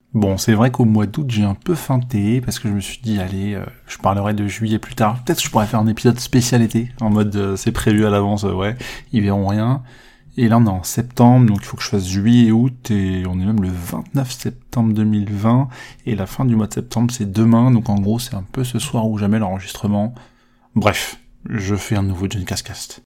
Bon, c'est vrai qu'au mois d'août, j'ai un peu feinté, parce que je me suis dit, allez, je parlerai de juillet plus tard. Peut-être que je pourrais faire un épisode spécial été, en mode c'est prévu à l'avance, ouais, ils verront rien. Et là, on est en septembre, donc il faut que je fasse juillet et août, et on est même le 29 septembre 2020, et la fin du mois de septembre, c'est demain, donc en gros, c'est un peu ce soir ou jamais l'enregistrement. Bref, je fais un nouveau John Cascast.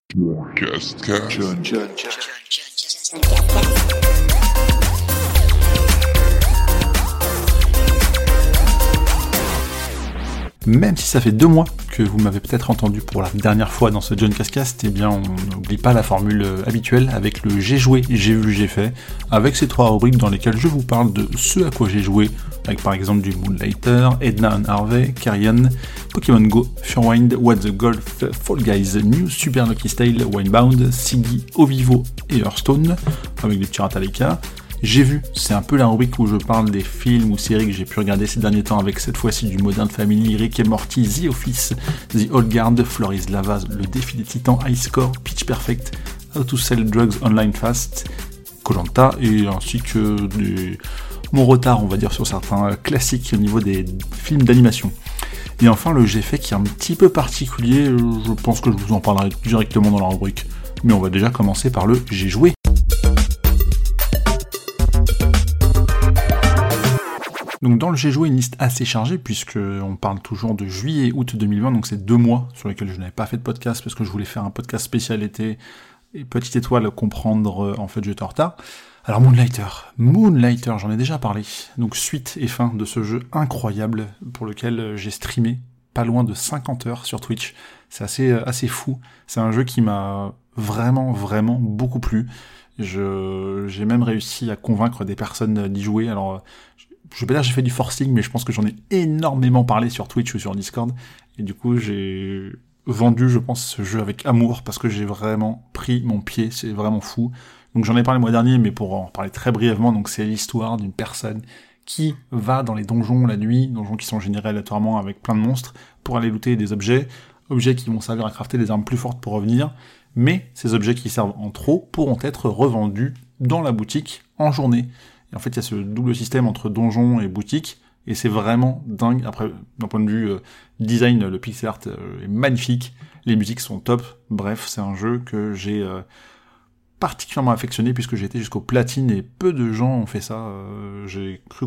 Même si ça fait 2 mois que vous m'avez peut-être entendu pour la dernière fois dans ce John Cascast, eh bien on n'oublie pas la formule habituelle avec le j'ai joué, j'ai vu, j'ai fait, avec ces 3 rubriques dans lesquelles je vous parle de ce à quoi j'ai joué, avec par exemple du Moonlighter, Edna and Harvey, Carrion, Pokémon Go, Furwind, What the Golf, Fall Guys, New Super Lucky Style, Winebound, Siggy, Ovivo et Hearthstone, avec des petits Rataleka. J'ai vu, c'est un peu la rubrique où je parle des films ou séries que j'ai pu regarder ces derniers temps avec cette fois-ci du Modern Family, Rick et Morty, The Office, The Old Guard, Floris Lava, Le Défi des Titans, High Score, Pitch Perfect, How to Sell Drugs Online Fast, Koh-Lanta, et ainsi que mon retard, on va dire, sur certains classiques au niveau des films d'animation. Et enfin, le j'ai fait qui est un petit peu particulier, je pense que je vous en parlerai directement dans la rubrique. Mais on va déjà commencer par le j'ai joué. Donc dans le j'ai joué, une liste assez chargée, puisqu'on parle toujours de juillet et août 2020, donc c'est 2 mois sur lesquels je n'avais pas fait de podcast, parce que je voulais faire un podcast spécial été, et petite étoile, comprendre, en fait j'étais en retard. Alors Moonlighter, j'en ai déjà parlé, donc suite et fin de ce jeu incroyable, pour lequel j'ai streamé pas loin de 50 heures sur Twitch, c'est assez fou, c'est un jeu qui m'a vraiment beaucoup plu, j'ai même réussi à convaincre des personnes d'y jouer, alors... Je vais pas dire que j'ai fait du forcing, mais je pense que j'en ai énormément parlé sur Twitch ou sur Discord. Et du coup, j'ai vendu, je pense, ce jeu avec amour, parce que j'ai vraiment pris mon pied, c'est vraiment fou. Donc j'en ai parlé le mois dernier, mais pour en parler très brièvement, donc c'est l'histoire d'une personne qui va dans les donjons la nuit, donjons qui sont générés aléatoirement avec plein de monstres, pour aller looter des objets qui vont servir à crafter des armes plus fortes pour revenir, mais ces objets qui servent en trop pourront être revendus dans la boutique en journée. Et en fait, il y a ce double système entre donjon et boutique, et c'est vraiment dingue. Après, d'un point de vue design, le pixel art est magnifique, les musiques sont top. Bref, c'est un jeu que j'ai particulièrement affectionné, puisque j'ai été jusqu'au platine, et peu de gens ont fait ça. J'ai cru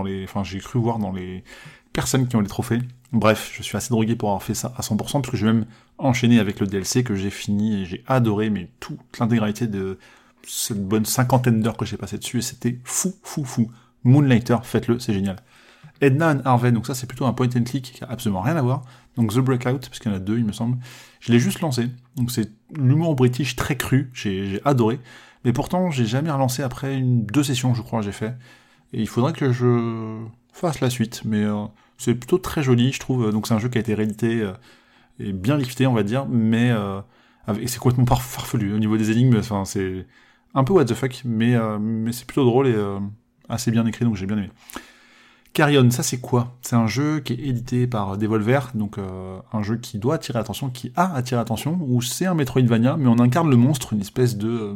voir dans les personnes qui ont les trophées. Bref, je suis assez drogué pour avoir fait ça à 100%, parce que j'ai même enchaîné avec le DLC que j'ai fini, et j'ai adoré, mais toute l'intégralité de... cette bonne 50aine d'heures que j'ai passé dessus, et c'était fou. Moonlighter, faites-le, c'est génial. Edna and Harvey, donc ça c'est plutôt un point and click qui a absolument rien à voir. Donc The Breakout, parce qu'il y en a 2 il me semble. Je l'ai juste lancé, donc c'est l'humour british très cru, j'ai adoré. Mais pourtant j'ai jamais relancé après 2 sessions je crois j'ai fait. Et il faudrait que je fasse la suite, mais c'est plutôt très joli je trouve. Donc c'est un jeu qui a été réédité et bien lifté on va dire, mais c'est complètement farfelu au niveau des énigmes, enfin c'est... un peu what the fuck, mais c'est plutôt drôle et assez bien écrit, donc j'ai bien aimé. Carrion, ça c'est quoi ? C'est un jeu qui est édité par Devolver, donc un jeu qui doit attirer l'attention, qui a attiré l'attention, où c'est un Metroidvania, mais on incarne le monstre, une espèce de...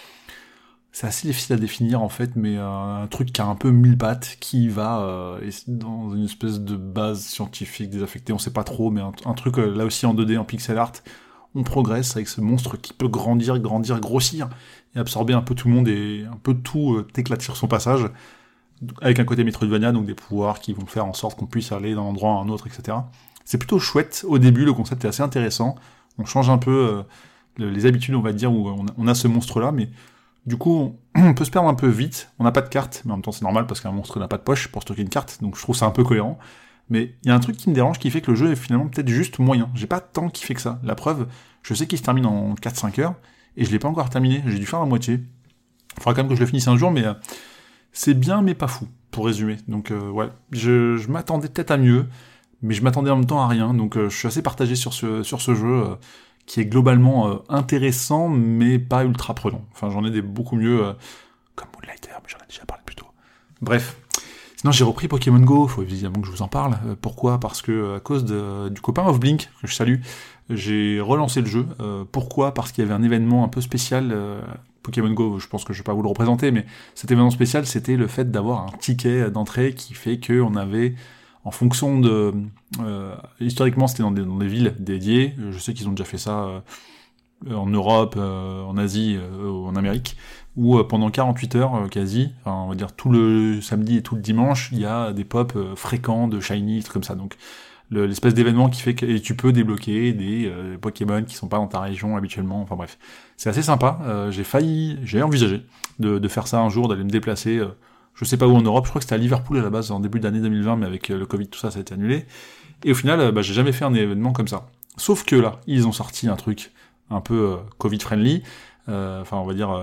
c'est assez difficile à définir en fait, mais un truc qui a un peu 1000 pattes, qui va dans une espèce de base scientifique désaffectée, on sait pas trop, mais un truc là aussi en 2D, en pixel art. On progresse avec ce monstre qui peut grandir, grossir, et absorber un peu tout le monde et un peu tout éclater sur son passage, avec un côté Metroidvania, donc des pouvoirs qui vont faire en sorte qu'on puisse aller d'un endroit à un autre, etc. C'est plutôt chouette, au début le concept est assez intéressant, on change un peu les habitudes, on va dire, où on a ce monstre-là, mais du coup on peut se perdre un peu vite, on n'a pas de carte, mais en même temps c'est normal parce qu'un monstre n'a pas de poche pour stocker une carte, donc je trouve ça un peu cohérent. Mais il y a un truc qui me dérange qui fait que le jeu est finalement peut-être juste moyen. J'ai pas tant kiffé que ça. La preuve, je sais qu'il se termine en 4-5 heures, et je l'ai pas encore terminé, j'ai dû faire la moitié. Il faudra quand même que je le finisse un jour, mais c'est bien mais pas fou, pour résumer. Donc ouais, je m'attendais peut-être à mieux, mais je m'attendais en même temps à rien, donc je suis assez partagé sur ce jeu, qui est globalement intéressant, mais pas ultra prenant. Enfin, j'en ai des beaucoup mieux, comme Moonlighter, mais j'en ai déjà parlé plus tôt. Bref. Sinon, j'ai repris Pokémon Go, faut évidemment que je vous en parle. Pourquoi ? Parce que, à cause du copain of Blink, que je salue, j'ai relancé le jeu. Pourquoi ? Parce qu'il y avait un événement un peu spécial Pokémon Go, je pense que je vais pas vous le représenter, mais cet événement spécial, c'était le fait d'avoir un ticket d'entrée qui fait qu'on avait, en fonction de... historiquement, c'était dans des villes dédiées, je sais qu'ils ont déjà fait ça en Europe, en Asie, en Amérique, où pendant 48 heures quasi, enfin, on va dire tout le samedi et tout le dimanche, il y a des pops fréquents de Shiny, trucs comme ça, donc l'espèce d'événement qui fait que tu peux débloquer des Pokémon qui sont pas dans ta région habituellement, enfin bref. C'est assez sympa, j'ai envisagé de faire ça un jour, d'aller me déplacer, je sais pas où en Europe, je crois que c'était à Liverpool à la base, en début d'année 2020, mais avec le Covid, tout ça, ça a été annulé. Et au final, j'ai jamais fait un événement comme ça. Sauf que là, ils ont sorti un truc un peu Covid-friendly, enfin on va dire...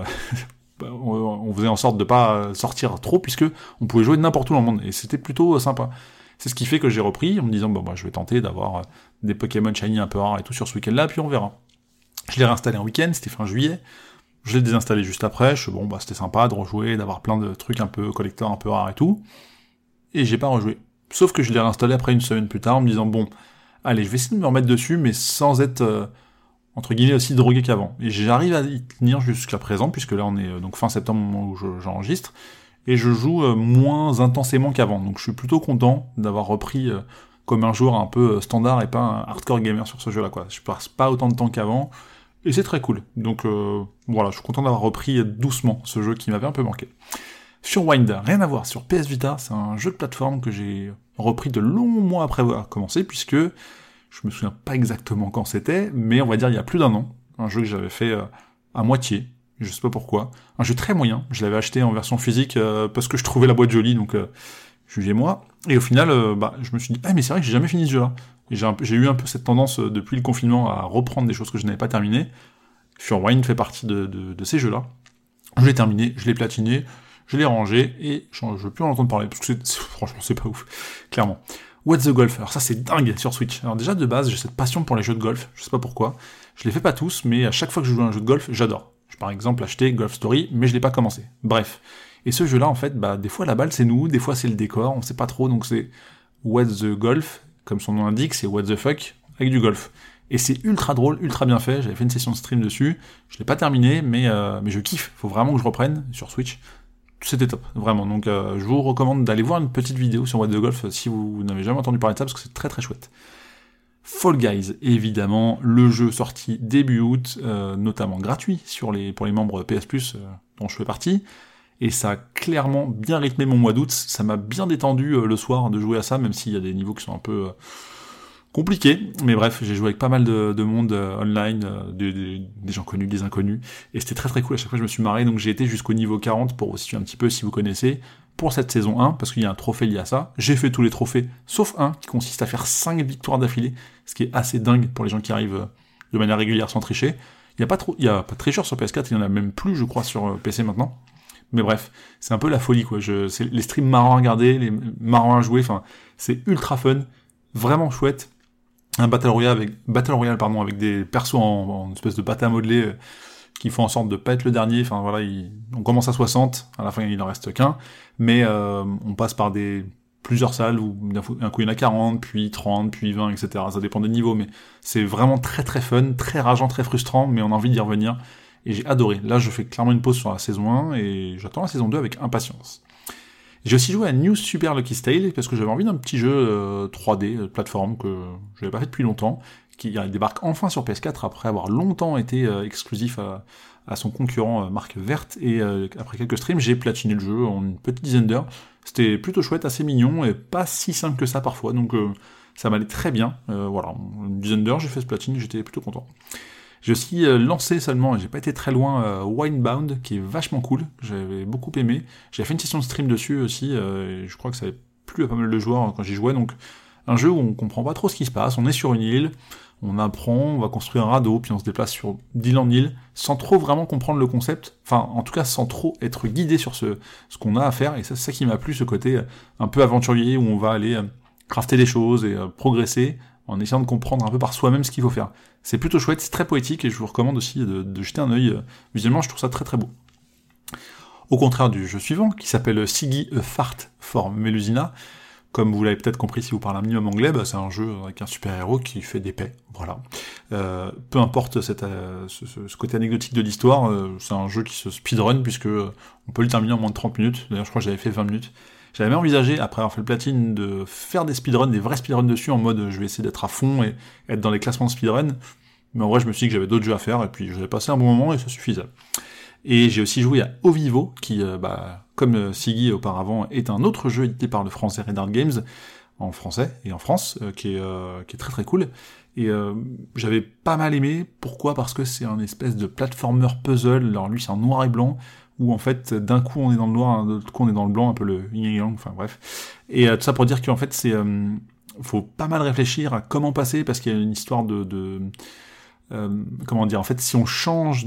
on faisait en sorte de pas sortir trop, puisque on pouvait jouer n'importe où dans le monde, et c'était plutôt sympa. C'est ce qui fait que j'ai repris, en me disant, je vais tenter d'avoir des Pokémon Shiny un peu rares et tout sur ce week-end-là, puis on verra. Je l'ai réinstallé un week-end, c'était fin juillet, je l'ai désinstallé juste après, c'était sympa de rejouer, d'avoir plein de trucs un peu collector, un peu rares et tout, et j'ai pas rejoué. Sauf que je l'ai réinstallé après une semaine plus tard, en me disant, allez, je vais essayer de me remettre dessus, mais sans être... entre guillemets aussi drogué qu'avant. Et j'arrive à y tenir jusqu'à présent, puisque là on est donc fin septembre au moment où j'enregistre, et je joue moins intensément qu'avant. Donc je suis plutôt content d'avoir repris comme un joueur un peu standard et pas un hardcore gamer sur ce jeu-là, quoi. Je passe pas autant de temps qu'avant, et c'est très cool. Donc voilà, je suis content d'avoir repris doucement ce jeu qui m'avait un peu manqué. Sur Wind, rien à voir, sur PS Vita, c'est un jeu de plateforme que j'ai repris de longs mois après avoir commencé, puisque je me souviens pas exactement quand c'était, mais on va dire il y a plus d'un an, un jeu que j'avais fait à moitié, je sais pas pourquoi, un jeu très moyen, je l'avais acheté en version physique parce que je trouvais la boîte jolie, donc jugez-moi, et au final, je me suis dit, mais c'est vrai que j'ai jamais fini ce jeu-là, et j'ai eu un peu cette tendance depuis le confinement à reprendre des choses que je n'avais pas terminées. Wind fait partie de ces jeux-là. Je l'ai terminé, je l'ai platiné, je l'ai rangé, et je veux plus en entendre parler, parce que franchement c'est pas ouf, clairement. What the Golf, alors ça c'est dingue sur Switch. Alors déjà de base j'ai cette passion pour les jeux de golf, je sais pas pourquoi, je les fais pas tous, mais à chaque fois que je joue à un jeu de golf, j'adore. J'ai par exemple acheté Golf Story, mais je l'ai pas commencé. Bref. Et ce jeu-là en fait, des fois la balle c'est nous, des fois c'est le décor, on sait pas trop, donc c'est What the Golf, comme son nom l'indique, c'est What the fuck, avec du golf. Et c'est ultra drôle, ultra bien fait, j'avais fait une session de stream dessus, je l'ai pas terminé, mais je kiffe, faut vraiment que je reprenne sur Switch. C'était top, vraiment. Donc je vous recommande d'aller voir une petite vidéo sur What the Golf si vous n'avez jamais entendu parler de ça, parce que c'est très très chouette. Fall Guys, évidemment, le jeu sorti début août, notamment gratuit pour les membres PS Plus dont je fais partie, et ça a clairement bien rythmé mon mois d'août, ça m'a bien détendu le soir de jouer à ça, même s'il y a des niveaux qui sont un peu compliqué, mais bref, j'ai joué avec pas mal de monde online, des gens connus, des inconnus, et c'était très très cool, à chaque fois je me suis marré, donc j'ai été jusqu'au niveau 40, pour vous situer un petit peu si vous connaissez, pour cette saison 1, parce qu'il y a un trophée lié à ça, j'ai fait tous les trophées, sauf un, qui consiste à faire 5 victoires d'affilée, ce qui est assez dingue pour les gens qui arrivent de manière régulière sans tricher. Il y a pas de tricheurs sur PS4, il y en a même plus, je crois, sur PC maintenant. Mais bref, c'est un peu la folie, quoi. C'est les streams marrants à regarder, les marrants à jouer, enfin, c'est ultra fun, vraiment chouette. Un Battle Royale avec des persos en espèce de pâte à modeler qui font en sorte de pas être le dernier. Enfin voilà, on commence à 60, à la fin il en reste qu'un, mais on passe par plusieurs salles où un coup il y en a 40, puis 30, puis 20, etc. Ça dépend des niveaux, mais c'est vraiment très très fun, très rageant, très frustrant, mais on a envie d'y revenir. Et j'ai adoré. Là, je fais clairement une pause sur la saison 1 et j'attends la saison 2 avec impatience. J'ai aussi joué à New Super Lucky Tale parce que j'avais envie d'un petit jeu 3D, plateforme, que je n'avais pas fait depuis longtemps, qui débarque enfin sur PS4 après avoir longtemps été exclusif à son concurrent marque verte, et après quelques streams, j'ai platiné le jeu en une petite dizaine d'heures. C'était plutôt chouette, assez mignon, et pas si simple que ça parfois, donc ça m'allait très bien. Voilà, une dizaine d'heures, j'ai fait ce platine, j'étais plutôt content. J'ai aussi lancé seulement, et j'ai pas été très loin, Winebound, qui est vachement cool, j'avais beaucoup aimé. J'ai fait une session de stream dessus aussi, et je crois que ça avait plu à pas mal de joueurs quand j'y jouais, donc un jeu où on comprend pas trop ce qui se passe, on est sur une île, on apprend, on va construire un radeau, puis on se déplace d'île en île, sans trop vraiment comprendre le concept, enfin en tout cas sans trop être guidé sur ce qu'on a à faire, et c'est ça qui m'a plu, ce côté un peu aventurier, où on va aller crafter des choses et progresser, en essayant de comprendre un peu par soi-même ce qu'il faut faire. C'est plutôt chouette, c'est très poétique, et je vous recommande aussi de jeter un œil. Visuellement, je trouve ça très très beau. Au contraire du jeu suivant, qui s'appelle Siggy a Fart for Melusina, Comme vous l'avez peut-être compris si vous parlez un minimum anglais, bah, c'est un jeu avec un super-héros qui fait des paix, voilà. Peu importe ce côté anecdotique de l'histoire, c'est un jeu qui se speedrun, puisque on peut le terminer en moins de 30 minutes, d'ailleurs je crois que j'avais fait 20 minutes. J'avais même envisagé, après avoir fait le platine, de faire des speedruns, des vrais speedruns dessus, en mode je vais essayer d'être à fond et être dans les classements de speedrun, mais en vrai je me suis dit que j'avais d'autres jeux à faire, et puis j'avais passé un bon moment et ça suffisait. Et j'ai aussi joué à Ovivo, qui, comme Siggy auparavant, est un autre jeu édité par le français Red Art Games, en français et en France, qui est très très cool. Et j'avais pas mal aimé. Pourquoi ? Parce que c'est un espèce de platformer puzzle. Alors lui, c'est en noir et blanc, où en fait, d'un coup on est dans le noir, d'un autre coup on est dans le blanc, un peu le yin-yang, enfin bref. Et tout ça pour dire qu'en fait, faut pas mal réfléchir à comment passer, parce qu'il y a une histoire comment dire, en fait, si on change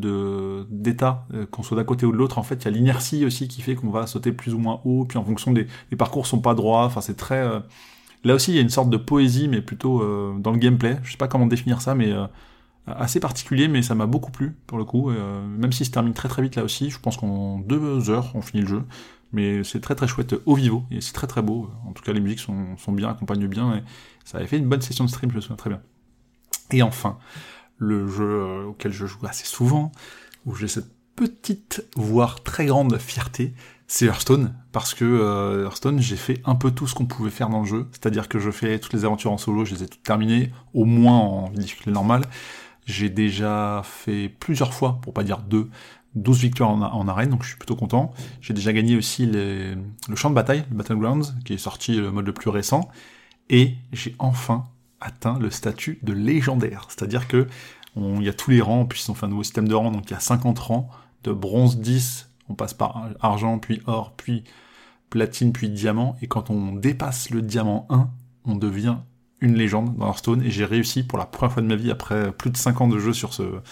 d'état, qu'on soit d'un côté ou de l'autre, en fait, il y a l'inertie aussi qui fait qu'on va sauter plus ou moins haut, puis en fonction les parcours sont pas droits, enfin, c'est très... Là aussi, il y a une sorte de poésie, mais plutôt dans le gameplay, je sais pas comment définir ça, mais assez particulier, mais ça m'a beaucoup plu, pour le coup, même si ça se termine très très vite là aussi, je pense qu'en 2 heures, on finit le jeu, mais c'est très très chouette au vivo, et c'est très très beau, en tout cas, les musiques sont bien, accompagnent bien, et ça avait fait une bonne session de stream, je me souviens très bien. Et enfin, le jeu auquel je joue assez souvent, où j'ai cette petite, voire très grande fierté, c'est Hearthstone, parce que Hearthstone, j'ai fait un peu tout ce qu'on pouvait faire dans le jeu, c'est-à-dire que je fais toutes les aventures en solo, je les ai toutes terminées, au moins en difficulté normale. J'ai déjà fait plusieurs fois, pour pas dire 12 victoires en arène, donc je suis plutôt content. J'ai déjà gagné aussi le champ de bataille, le Battlegrounds, qui est sorti le mode le plus récent, et j'ai enfin atteint le statut de légendaire, c'est-à-dire que il y a tous les rangs, puis ils ont fait un nouveau système de rangs, donc il y a 50 rangs, de bronze 10, on passe par argent, puis or, puis platine, puis diamant, et quand on dépasse le diamant 1, on devient une légende dans Hearthstone, et j'ai réussi pour la première fois de ma vie, après plus de 5 ans de jeu sur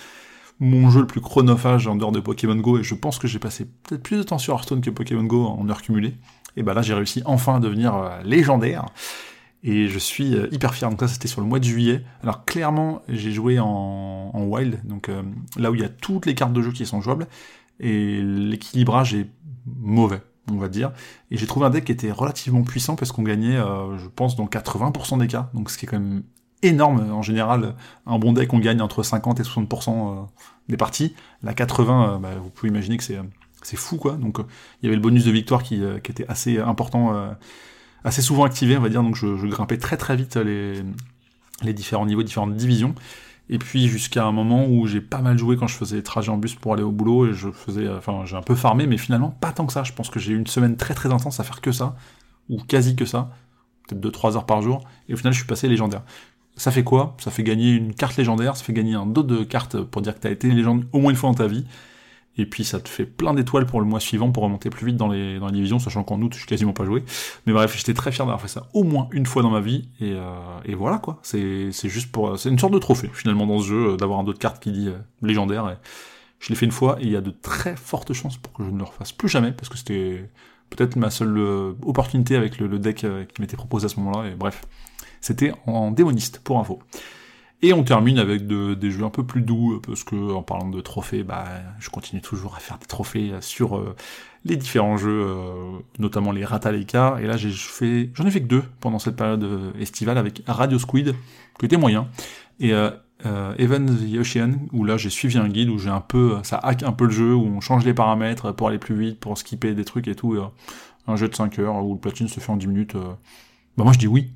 mon jeu le plus chronophage en dehors de Pokémon Go, et je pense que j'ai passé peut-être plus de temps sur Hearthstone que Pokémon Go en heures cumulées, et bah là j'ai réussi enfin à devenir légendaire, et je suis hyper fier. Donc ça, c'était sur le mois de juillet. Alors clairement, j'ai joué en wild, donc là où il y a toutes les cartes de jeu qui sont jouables, et l'équilibrage est mauvais, on va dire. Et j'ai trouvé un deck qui était relativement puissant, parce qu'on gagnait, je pense, dans 80% des cas, donc ce qui est quand même énorme. En général, un bon deck, on gagne entre 50 et 60% des parties. La 80, vous pouvez imaginer que c'est fou, quoi. Donc il y avait le bonus de victoire qui était assez important, assez souvent activé, on va dire, donc je grimpais très très vite les différents niveaux, différentes divisions, et puis jusqu'à un moment où j'ai pas mal joué quand je faisais les trajets en bus pour aller au boulot, et j'ai un peu farmé, mais finalement pas tant que ça. Je pense que j'ai eu une semaine très très intense à faire que ça, ou quasi que ça, peut-être 2-3 heures par jour, et au final je suis passé légendaire. Ça fait quoi ? Ça fait gagner une carte légendaire, ça fait gagner un dos de cartes pour dire que t'as été légende au moins une fois dans ta vie, et puis ça te fait plein d'étoiles pour le mois suivant pour remonter plus vite dans les divisions, sachant qu'en août je suis quasiment pas joué. Mais bref, j'étais très fier d'avoir fait ça au moins une fois dans ma vie, et voilà quoi. C'est juste c'est une sorte de trophée finalement dans ce jeu, d'avoir un dos de carte qui dit légendaire, et je l'ai fait une fois, et il y a de très fortes chances pour que je ne le refasse plus jamais, parce que c'était peut-être ma seule opportunité avec le deck qui m'était proposé à ce moment-là, et bref. C'était en démoniste, pour info. Et on termine avec des jeux un peu plus doux, parce que en parlant de trophées, je continue toujours à faire des trophées sur les différents jeux, notamment les Rataleka, et là j'en ai fait que 2 pendant cette période estivale avec Radio Squid, qui était moyen, et Even the Ocean, où là j'ai suivi un guide où ça hack un peu le jeu, où on change les paramètres pour aller plus vite, pour skipper des trucs et tout, un jeu de 5 heures où le platine se fait en 10 minutes, moi je dis oui.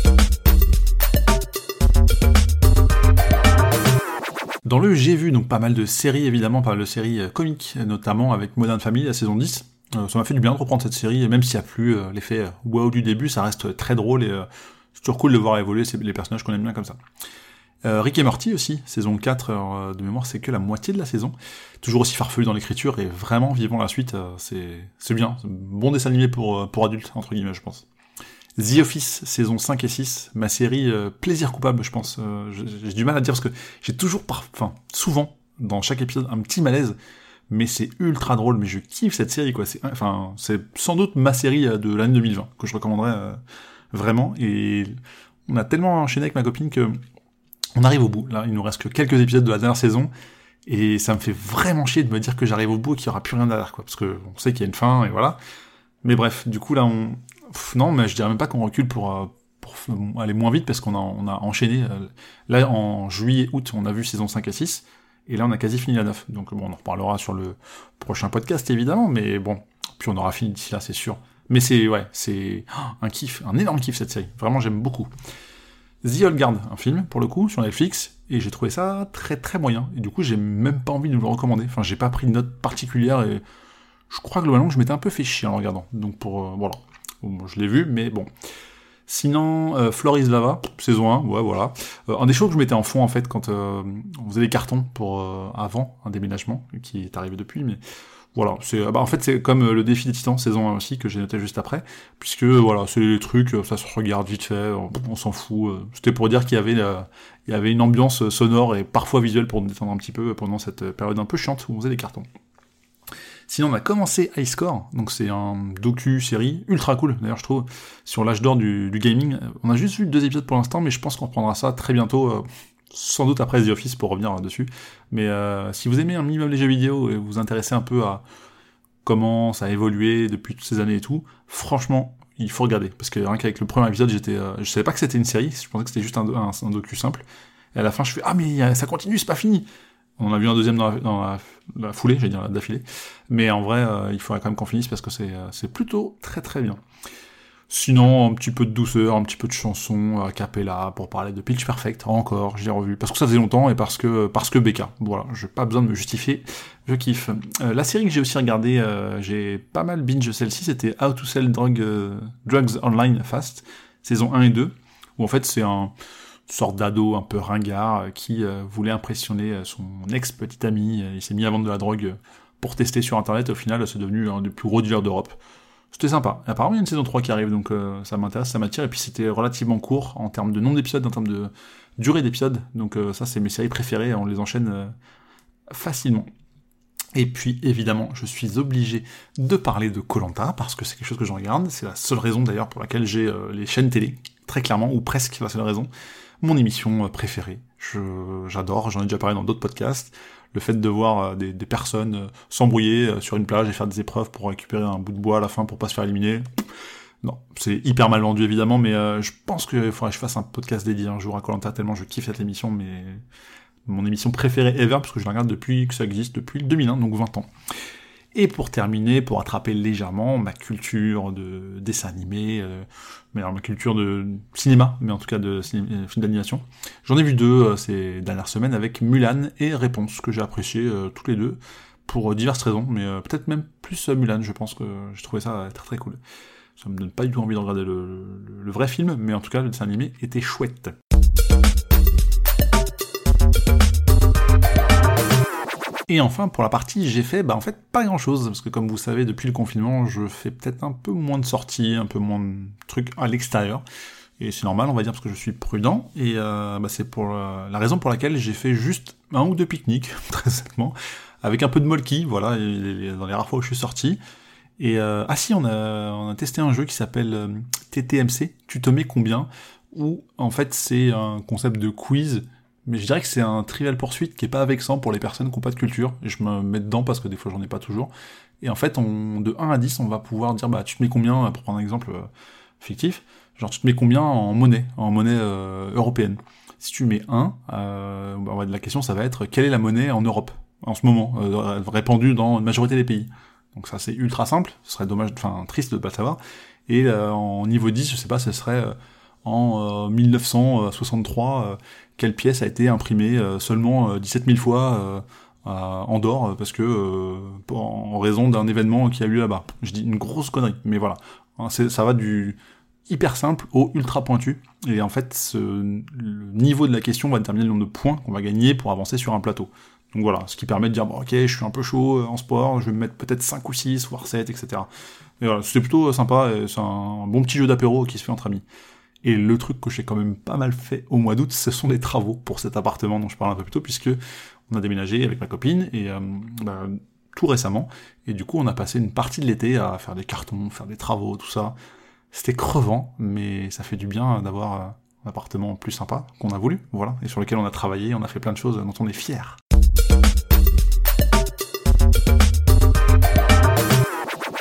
Dans le J'ai vu, donc pas mal de séries évidemment, pas mal de séries comiques, notamment avec Modern Family, la saison 10. Ça m'a fait du bien de reprendre cette série, et même s'il n'y a plus l'effet wow du début, ça reste très drôle, et c'est toujours cool de voir évoluer les personnages qu'on aime bien comme ça. Rick et Morty aussi, saison 4, de mémoire, c'est que la moitié de la saison. Toujours aussi farfelu dans l'écriture, et vraiment vivons la suite, c'est bien. C'est un bon dessin animé pour adultes, entre guillemets, je pense. The Office, saison 5 et 6, ma série plaisir coupable, je pense. J'ai du mal à dire, parce que j'ai toujours, souvent, dans chaque épisode, un petit malaise, mais c'est ultra drôle, mais je kiffe cette série, quoi. C'est sans doute ma série de l'année 2020, que je recommanderais vraiment, et on a tellement enchaîné avec ma copine que on arrive au bout. Là, il nous reste que quelques épisodes de la dernière saison, et ça me fait vraiment chier de me dire que j'arrive au bout et qu'il y aura plus rien derrière, quoi, parce que on sait qu'il y a une fin, et voilà. Mais bref, du coup, là, Non, mais je dirais même pas qu'on recule pour aller moins vite, parce qu'on a enchaîné. Là, en juillet-août, on a vu saison 5 à 6, et là, on a quasi fini la 9. Donc bon, on en reparlera sur le prochain podcast, évidemment, mais bon, puis on aura fini d'ici là, c'est sûr. Mais c'est un kiff, un énorme kiff, cette série. Vraiment, j'aime beaucoup. The Old Guard, un film, pour le coup, sur Netflix, et j'ai trouvé ça très très moyen. Et du coup, j'ai même pas envie de vous le recommander. Enfin, j'ai pas pris de note particulière, et je crois globalement que je m'étais un peu fait chier en le regardant. Donc voilà. Bon, je l'ai vu, mais bon. Sinon, Floris Lava, saison 1, ouais, voilà. Un des shows que je mettais en fond, en fait, quand on faisait des cartons pour avant un déménagement, qui est arrivé depuis, mais voilà. En fait, c'est comme le défi des titans, saison 1 aussi, que j'ai noté juste après, puisque, voilà, c'est des trucs, ça se regarde vite fait, on s'en fout. C'était pour dire qu'il y avait une ambiance sonore et parfois visuelle pour nous détendre un petit peu pendant cette période un peu chiante où on faisait des cartons. Sinon, on a commencé High Score, donc c'est un docu-série ultra cool, d'ailleurs, je trouve, sur l'âge d'or du gaming. On a juste vu 2 épisodes pour l'instant, mais je pense qu'on reprendra ça très bientôt, sans doute après The Office, pour revenir dessus. Mais si vous aimez un minimum les jeux vidéo et vous vous intéressez un peu à comment ça a évolué depuis toutes ces années et tout, franchement, il faut regarder. Parce que rien qu'avec le premier épisode, je savais pas que c'était une série, je pensais que c'était juste un docu simple. Et à la fin, je fais « Ah, mais ça continue, c'est pas fini !» On en a vu un deuxième dans la foulée, j'allais dire d'affilée. Mais en vrai, il faudrait quand même qu'on finisse parce que c'est plutôt très très bien. Sinon, un petit peu de douceur, un petit peu de chanson, a cappella, pour parler de Pitch Perfect, encore, je l'ai revu. Parce que ça faisait longtemps et parce que BK. Voilà, j'ai pas besoin de me justifier, je kiffe. La série que j'ai aussi regardée, j'ai pas mal binge celle-ci, c'était How to Sell Drugs Online Fast, saison 1 et 2, où en fait c'est une sorte d'ado un peu ringard qui voulait impressionner son ex-petite amie. Il s'est mis à vendre de la drogue pour tester sur internet, et au final c'est devenu un des plus gros dealers d'Europe. C'était sympa. Et apparemment il y a une saison 3 qui arrive, donc ça m'intéresse, ça m'attire, et puis c'était relativement court en termes de nombre d'épisodes, en termes de durée d'épisodes, donc ça c'est mes séries préférées, on les enchaîne facilement. Et puis évidemment, je suis obligé de parler de Koh-Lanta, parce que c'est quelque chose que je regarde, c'est la seule raison d'ailleurs pour laquelle j'ai les chaînes télé, très clairement, ou presque la seule raison. Mon émission préférée, j'adore, j'en ai déjà parlé dans d'autres podcasts, le fait de voir des personnes s'embrouiller sur une plage et faire des épreuves pour récupérer un bout de bois à la fin pour pas se faire éliminer, non, c'est hyper mal vendu évidemment, mais je pense qu'il faudrait que je fasse un podcast dédié un jour à Koh-Lanta, tellement je kiffe cette émission, mais mon émission préférée ever, parce que je la regarde depuis que ça existe, depuis 2001, donc 20 ans. Et pour terminer, pour attraper légèrement ma culture de dessin animé, mais alors ma culture de cinéma, mais en tout cas de films d'animation, j'en ai vu 2 ces dernières semaines avec Mulan et Réponse, que j'ai apprécié toutes les 2, pour diverses raisons, mais peut-être même plus Mulan, je pense que j'ai trouvé ça très très cool. Ça me donne pas du tout envie de regarder le vrai film, mais en tout cas le dessin animé était chouette. Et enfin, pour la partie j'ai fait, en fait, pas grand-chose, parce que comme vous savez, depuis le confinement, je fais peut-être un peu moins de sorties, un peu moins de trucs à l'extérieur, et c'est normal, on va dire, parce que je suis prudent, et c'est pour la raison pour laquelle j'ai fait juste 1 ou 2 pique-niques, très honnêtement, avec un peu de molki, voilà, dans les rares fois où je suis sorti, et on a testé un jeu qui s'appelle TTMC, Tu te mets combien, où, en fait, c'est un concept de quiz, mais je dirais que c'est un Trivial Pursuit qui est pas vexant pour les personnes qui n'ont pas de culture, et je me mets dedans parce que des fois j'en ai pas toujours, et en fait, de 1 à 10, on va pouvoir dire, tu te mets combien, pour prendre un exemple fictif, genre tu te mets combien en monnaie européenne. Si tu mets 1, la question ça va être, quelle est la monnaie en Europe, en ce moment, répandue dans la majorité des pays. Donc ça c'est ultra simple, ce serait triste de pas le savoir, et en niveau 10, je sais pas, ce serait en 1963, quelle pièce a été imprimée seulement 17 000 fois à Andorre, parce que en raison d'un événement qui a eu là-bas. Je dis une grosse connerie, mais voilà. Ça va du hyper simple au ultra pointu, et en fait, le niveau de la question va déterminer le nombre de points qu'on va gagner pour avancer sur un plateau. Donc voilà, ce qui permet de dire, ok, je suis un peu chaud en sport, je vais me mettre peut-être 5 ou 6, voire 7, etc. Et voilà, c'est plutôt sympa, et c'est un bon petit jeu d'apéro qui se fait entre amis. Et le truc que j'ai quand même pas mal fait au mois d'août, ce sont les travaux pour cet appartement dont je parle un peu plus tôt, puisque on a déménagé avec ma copine, et tout récemment, et du coup on a passé une partie de l'été à faire des cartons, faire des travaux, tout ça. C'était crevant, mais ça fait du bien d'avoir un appartement plus sympa qu'on a voulu, voilà, et sur lequel on a travaillé, on a fait plein de choses dont on est fiers.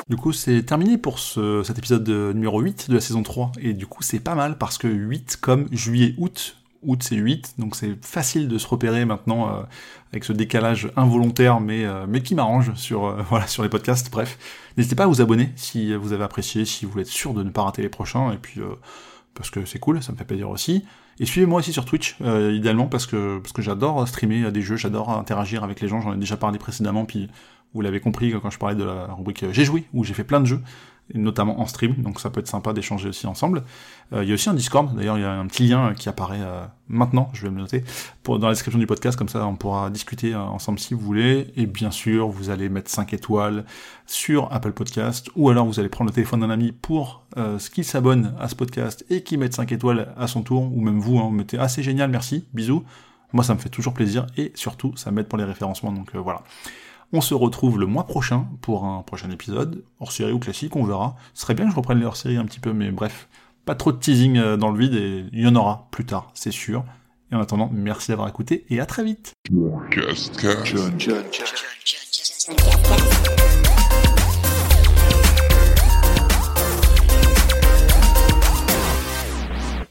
Du coup, c'est terminé pour cet épisode numéro 8 de la saison 3, et du coup, c'est pas mal, parce que 8 comme juillet-août, août c'est 8, donc c'est facile de se repérer maintenant avec ce décalage involontaire, mais qui m'arrange sur les podcasts. Bref, n'hésitez pas à vous abonner si vous avez apprécié, si vous voulez être sûr de ne pas rater les prochains, et puis parce que c'est cool, ça me fait plaisir aussi. Et suivez-moi aussi sur Twitch, idéalement, parce que j'adore streamer des jeux, j'adore interagir avec les gens, j'en ai déjà parlé précédemment, puis vous l'avez compris quand je parlais de la rubrique J'ai joué, où j'ai fait plein de jeux, notamment en stream, donc ça peut être sympa d'échanger aussi ensemble. Il y a aussi un Discord, d'ailleurs il y a un petit lien qui apparaît maintenant, je vais me le noter, dans la description du podcast, comme ça on pourra discuter ensemble si vous voulez, et bien sûr vous allez mettre 5 étoiles sur Apple Podcast, ou alors vous allez prendre le téléphone d'un ami pour qu'il s'abonne à ce podcast et qu'il mette 5 étoiles à son tour, ou même vous, vous mettez « Ah c'est génial, merci, bisous », moi ça me fait toujours plaisir, et surtout ça m'aide pour les référencements, donc voilà. On se retrouve le mois prochain pour un prochain épisode, hors-série ou classique, on verra. Ce serait bien que je reprenne les hors-séries un petit peu, mais bref, pas trop de teasing dans le vide, et il y en aura plus tard, c'est sûr. Et en attendant, merci d'avoir écouté, et à très vite.